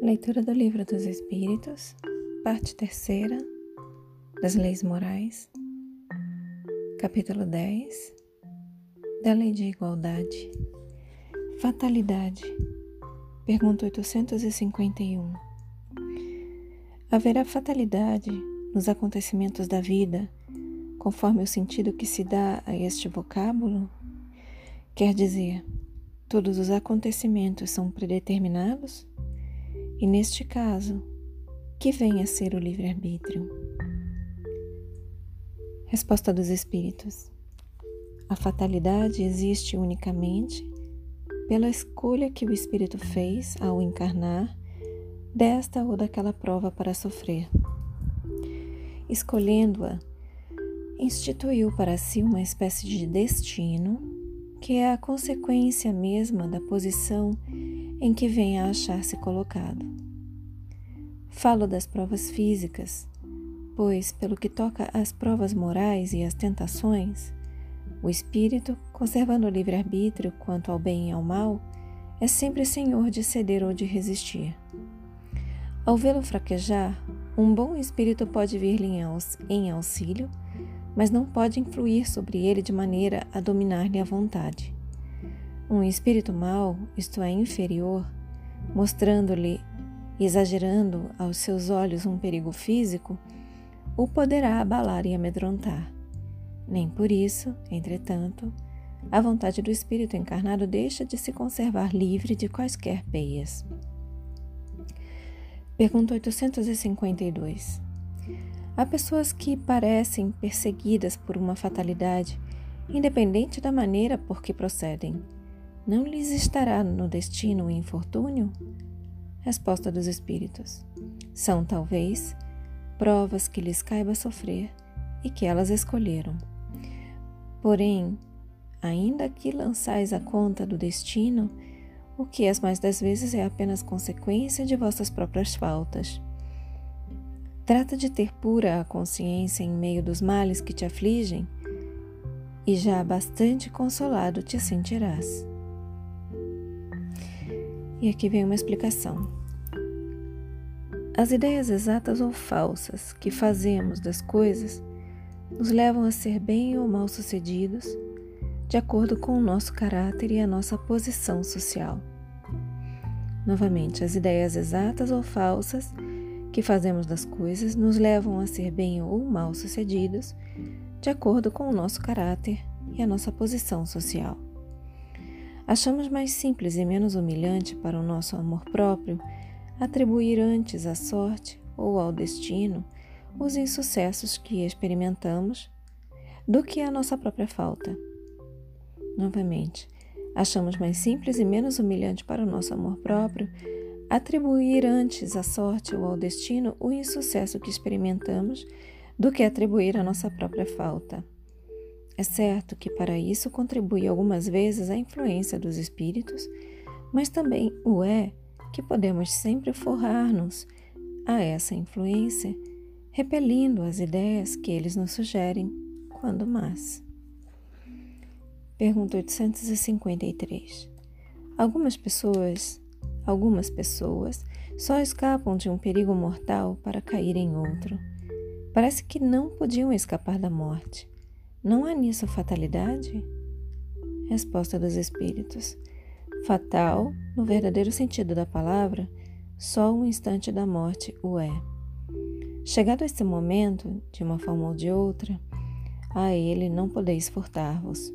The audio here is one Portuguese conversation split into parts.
Leitura do Livro dos Espíritos, parte 3, das Leis Morais, capítulo 10, da Lei de Igualdade. Fatalidade. Pergunta 851. Haverá fatalidade nos acontecimentos da vida, conforme o sentido que se dá a este vocábulo? Quer dizer, todos os acontecimentos são predeterminados? E neste caso, que vem a ser o livre-arbítrio? Resposta dos Espíritos. A fatalidade existe unicamente pela escolha que o Espírito fez ao encarnar desta ou daquela prova para sofrer. Escolhendo-a, instituiu para si uma espécie de destino, que é a consequência mesma da posição em que vem a achar-se colocado. Falo das provas físicas, pois, pelo que toca às provas morais e às tentações, o espírito, conservando o livre-arbítrio quanto ao bem e ao mal, é sempre senhor de ceder ou de resistir. Ao vê-lo fraquejar, um bom espírito pode vir-lhe em auxílio, mas não pode influir sobre ele de maneira a dominar-lhe a vontade. Um espírito mau, isto é, inferior, mostrando-lhe, exagerando aos seus olhos um perigo físico, o poderá abalar e amedrontar. Nem por isso, entretanto, a vontade do espírito encarnado deixa de se conservar livre de quaisquer peias. Pergunta 852. Há pessoas que parecem perseguidas por uma fatalidade, independente da maneira por que procedem. Não lhes estará no destino o infortúnio? Resposta dos Espíritos. São, talvez, provas que lhes caiba sofrer e que elas escolheram. Porém, ainda que lançais a conta do destino, o que as mais das vezes é apenas consequência de vossas próprias faltas. Trata de ter pura a consciência em meio dos males que te afligem, e já bastante consolado te sentirás. E aqui vem uma explicação. As ideias exatas ou falsas que fazemos das coisas nos levam a ser bem ou mal sucedidos, de acordo com o nosso caráter e a nossa posição social. Novamente, as ideias exatas ou falsas que fazemos das coisas nos levam a ser bem ou mal sucedidos, de acordo com o nosso caráter e a nossa posição social. Achamos mais simples e menos humilhante para o nosso amor próprio atribuir antes à sorte ou ao destino os insucessos que experimentamos do que à nossa própria falta. Novamente, achamos mais simples e menos humilhante para o nosso amor próprio atribuir antes à sorte ou ao destino o insucesso que experimentamos do que atribuir à nossa própria falta. É certo que para isso contribui algumas vezes a influência dos espíritos, mas também o é que podemos sempre forrar-nos a essa influência, repelindo as ideias que eles nos sugerem, quando más. Pergunta 853. Algumas pessoas só escapam de um perigo mortal para cair em outro. Parece que não podiam escapar da morte. Não há nisso fatalidade? Resposta dos Espíritos. Fatal, no verdadeiro sentido da palavra, só um instante da morte o é. Chegado esse momento, de uma forma ou de outra, a ele não podeis furtar-vos.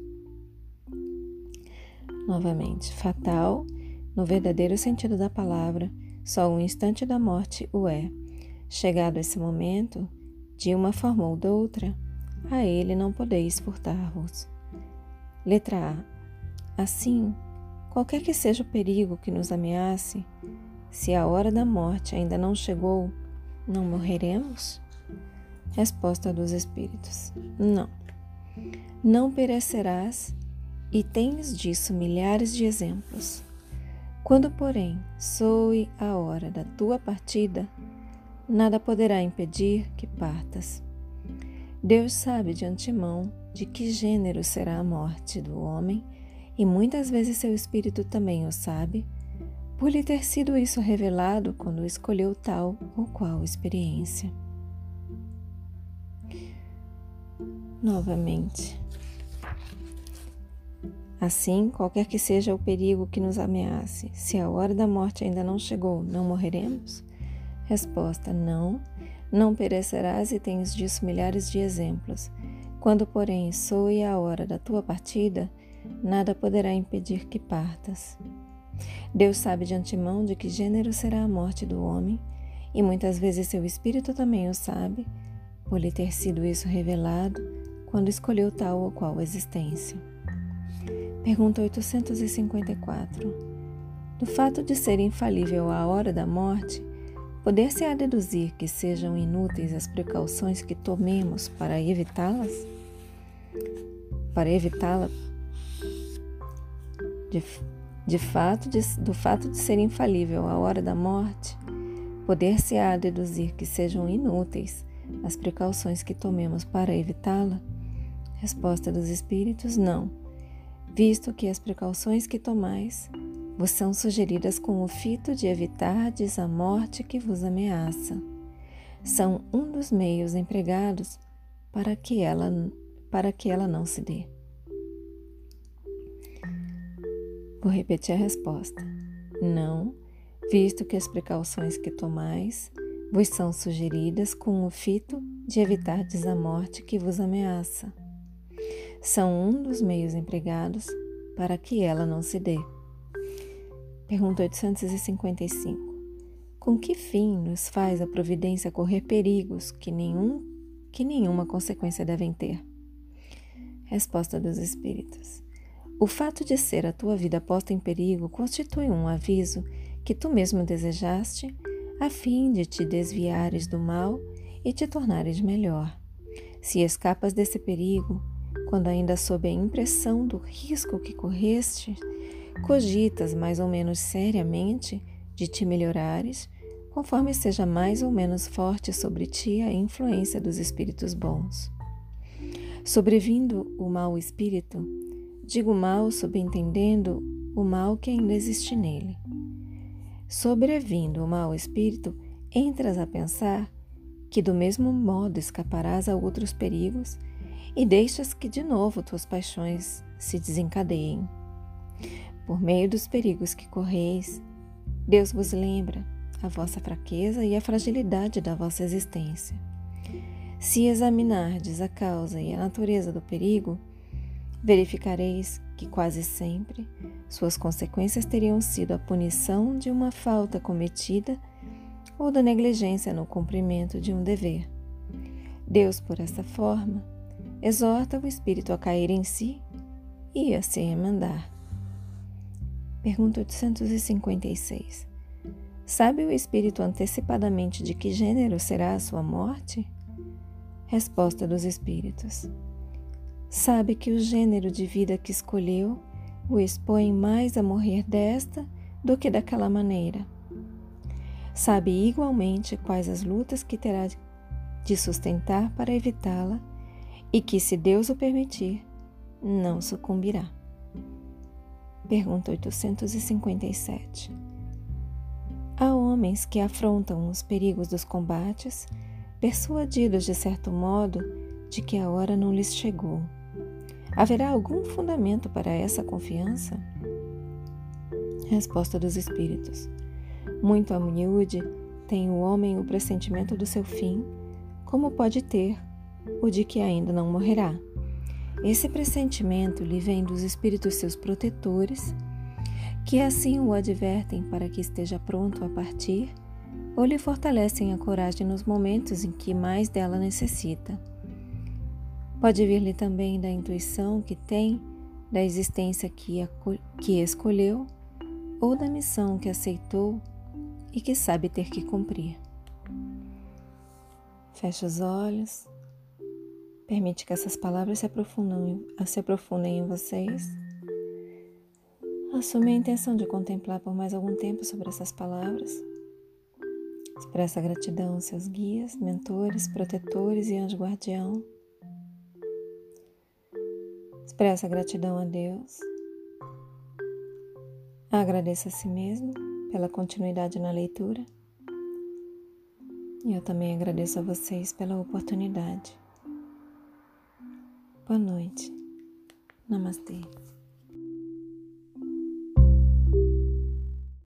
Novamente, fatal, no verdadeiro sentido da palavra, só um instante da morte o é. Chegado esse momento, de uma forma ou de outra, a ele não podeis furtar-vos. Letra A. Assim, qualquer que seja o perigo que nos ameace, se a hora da morte ainda não chegou, não morreremos? Resposta dos Espíritos. Não. Não perecerás, e tens disso milhares de exemplos. Quando, porém, soe a hora da tua partida, nada poderá impedir que partas. Deus sabe de antemão de que gênero será a morte do homem, e muitas vezes seu espírito também o sabe, por lhe ter sido isso revelado quando escolheu tal ou qual experiência. Novamente. Assim, qualquer que seja o perigo que nos ameace, se a hora da morte ainda não chegou, não morreremos? Resposta: não, não perecerás, e tens disso milhares de exemplos. Quando, porém, soe a hora da tua partida, nada poderá impedir que partas. Deus sabe de antemão de que gênero será a morte do homem, e muitas vezes seu espírito também o sabe, por lhe ter sido isso revelado, quando escolheu tal ou qual existência. Pergunta 854. Do fato de ser infalível a hora da morte, poder-se-á deduzir que sejam inúteis as precauções que tomemos para evitá-las? Do fato de ser infalível a hora da morte, poder-se-á deduzir que sejam inúteis as precauções que tomemos para evitá-la? Resposta dos espíritos: não, visto que as precauções que tomais vos são sugeridas com o fito de evitardes a morte que vos ameaça. São um dos meios empregados para que ela não se dê. Vou repetir a resposta. Não, visto que as precauções que tomais vos são sugeridas com o fito de evitardes a morte que vos ameaça. São um dos meios empregados para que ela não se dê. Pergunta 855. Com que fim nos faz a providência correr perigos que nenhuma consequência devem ter? Resposta dos espíritos. O fato de ser a tua vida posta em perigo constitui um aviso que tu mesmo desejaste, a fim de te desviares do mal e te tornares melhor. Se escapas desse perigo, quando ainda sob a impressão do risco que correste, cogitas mais ou menos seriamente de te melhorares, conforme seja mais ou menos forte sobre ti a influência dos espíritos bons. Sobrevindo o mau espírito, digo mal subentendendo o mal que ainda existe nele. Sobrevindo o mau espírito, entras a pensar que do mesmo modo escaparás a outros perigos e deixas que de novo tuas paixões se desencadeiem. Por meio dos perigos que correis, Deus vos lembra a vossa fraqueza e a fragilidade da vossa existência. Se examinardes a causa e a natureza do perigo, verificareis que quase sempre suas consequências teriam sido a punição de uma falta cometida ou da negligência no cumprimento de um dever. Deus, por esta forma, exorta o espírito a cair em si e a se emendar. Pergunta 856. Sabe o espírito antecipadamente de que gênero será a sua morte? Resposta dos espíritos. Sabe que o gênero de vida que escolheu o expõe mais a morrer desta do que daquela maneira. Sabe igualmente quais as lutas que terá de sustentar para evitá-la e que, se Deus o permitir, não sucumbirá. Pergunta 857. Há homens que afrontam os perigos dos combates, persuadidos de certo modo de que a hora não lhes chegou. Haverá algum fundamento para essa confiança? Resposta dos espíritos. Muito a miúde tem o homem o pressentimento do seu fim, como pode ter o de que ainda não morrerá. Esse pressentimento lhe vem dos espíritos seus protetores, que assim o advertem para que esteja pronto a partir, ou lhe fortalecem a coragem nos momentos em que mais dela necessita. Pode vir-lhe também da intuição que tem da existência que escolheu ou da missão que aceitou e que sabe ter que cumprir. Feche os olhos, permite que essas palavras se aprofundem em vocês. Assume a intenção de contemplar por mais algum tempo sobre essas palavras. Expressa gratidão aos seus guias, mentores, protetores e anjo guardião. Expressa gratidão a Deus. Agradeça a si mesmo pela continuidade na leitura. E eu também agradeço a vocês pela oportunidade. Boa noite. Namastê.